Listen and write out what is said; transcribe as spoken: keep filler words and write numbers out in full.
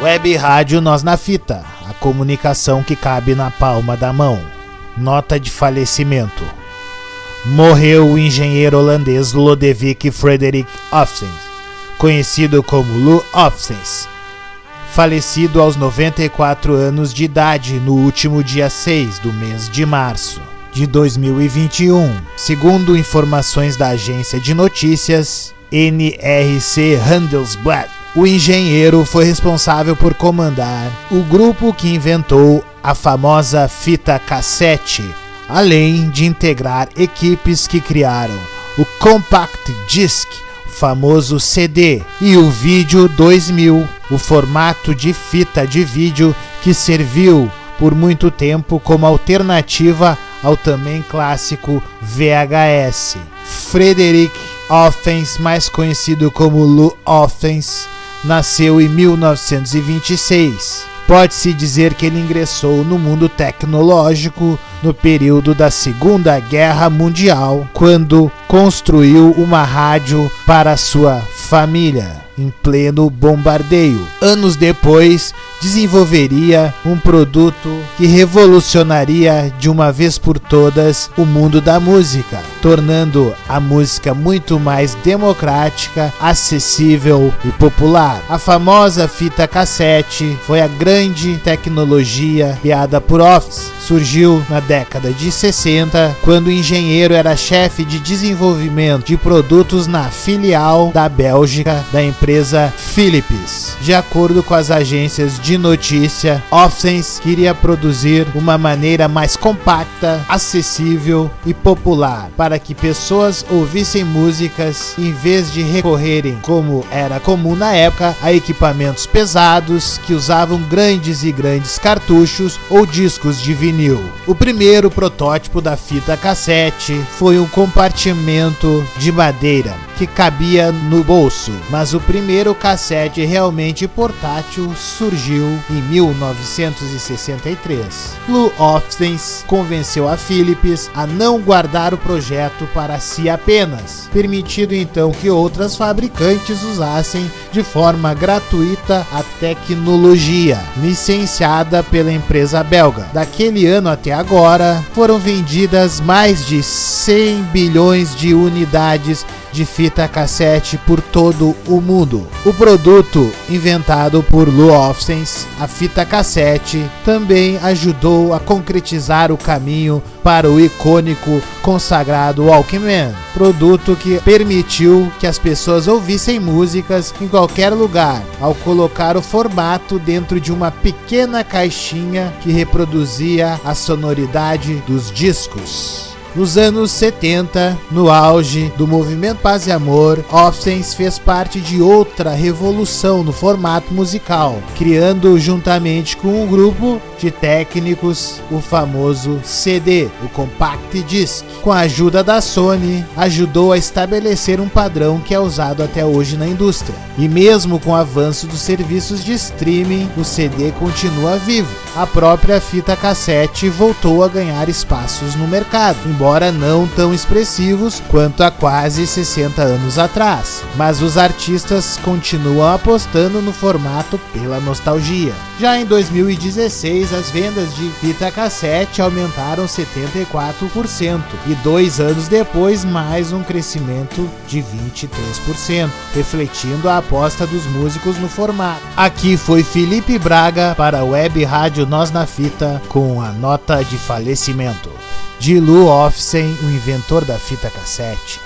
Web Rádio Nós na Fita, a comunicação que cabe na palma da mão. Nota de falecimento. Morreu o engenheiro holandês Lodewijk Frederik Oefsens, conhecido como Lou Oefsens, falecido aos noventa e quatro anos de idade no último dia seis do mês de março de dois mil e vinte e um. Segundo informações da agência de notícias N R C Handelsblad, o engenheiro foi responsável por comandar o grupo que inventou a famosa fita cassete, além de integrar equipes que criaram o Compact Disc, o famoso C D, e o Vídeo dois mil, o formato de fita de vídeo que serviu por muito tempo como alternativa ao também clássico V H S. Frederik Oefsens, mais conhecido como Lou Oefsens, nasceu em mil novecentos e vinte e seis. Pode-se dizer que ele ingressou no mundo tecnológico no período da Segunda Guerra Mundial, quando construiu uma rádio para sua família em pleno bombardeio. Anos depois, desenvolveria um produto que revolucionaria de uma vez por todas o mundo da música, tornando a música muito mais democrática, acessível e popular. A famosa fita cassete foi a grande tecnologia criada por Oefsens. Surgiu na década de sessenta, quando o engenheiro era chefe de desenvolvimento de produtos na filial da Bélgica da empresa Philips. De acordo com as agências de notícia, Oefsens queria produzir uma maneira mais compacta, acessível e popular, para que pessoas ouvissem músicas em vez de recorrerem, como era comum na época, a equipamentos pesados que usavam grandes e grandes cartuchos ou discos de vinil. O primeiro protótipo da fita cassete foi um compartimento de madeira que cabia no bolso, mas o primeiro cassete realmente portátil surgiu em mil novecentos e sessenta e três. Lou Oefsens convenceu a Philips a não guardar o projeto para si apenas, permitindo então que outras fabricantes usassem de forma gratuita a tecnologia, licenciada pela empresa belga. Daquele ano até agora, foram vendidas mais de cem bilhões de unidades de fita cassete por todo o mundo. O produto inventado por Lou Oefsens, a fita cassete, também ajudou a concretizar o caminho para o icônico consagrado Walkman, produto que permitiu que as pessoas ouvissem músicas em qualquer lugar, ao colocar o formato dentro de uma pequena caixinha que reproduzia a sonoridade dos discos. Nos anos setenta, no auge do movimento Paz e Amor, Oefsens fez parte de outra revolução no formato musical, criando juntamente com um grupo de técnicos o famoso C D, o Compact Disc. Com a ajuda da Sony, ajudou a estabelecer um padrão que é usado até hoje na indústria. E mesmo com o avanço dos serviços de streaming, o C D continua vivo. A própria fita cassete voltou a ganhar espaços no mercado, embora não tão expressivos quanto há quase sessenta anos atrás. Mas os artistas continuam apostando no formato pela nostalgia. Já em dois mil e dezesseis, as vendas de fita cassete aumentaram setenta e quatro por cento e dois anos depois mais um crescimento de vinte e três por cento, refletindo a aposta dos músicos no formato. Aqui foi Felipe Braga para a Web Rádio Nós na Fita com a nota de falecimento de Lou Oefsens, o inventor da fita cassete.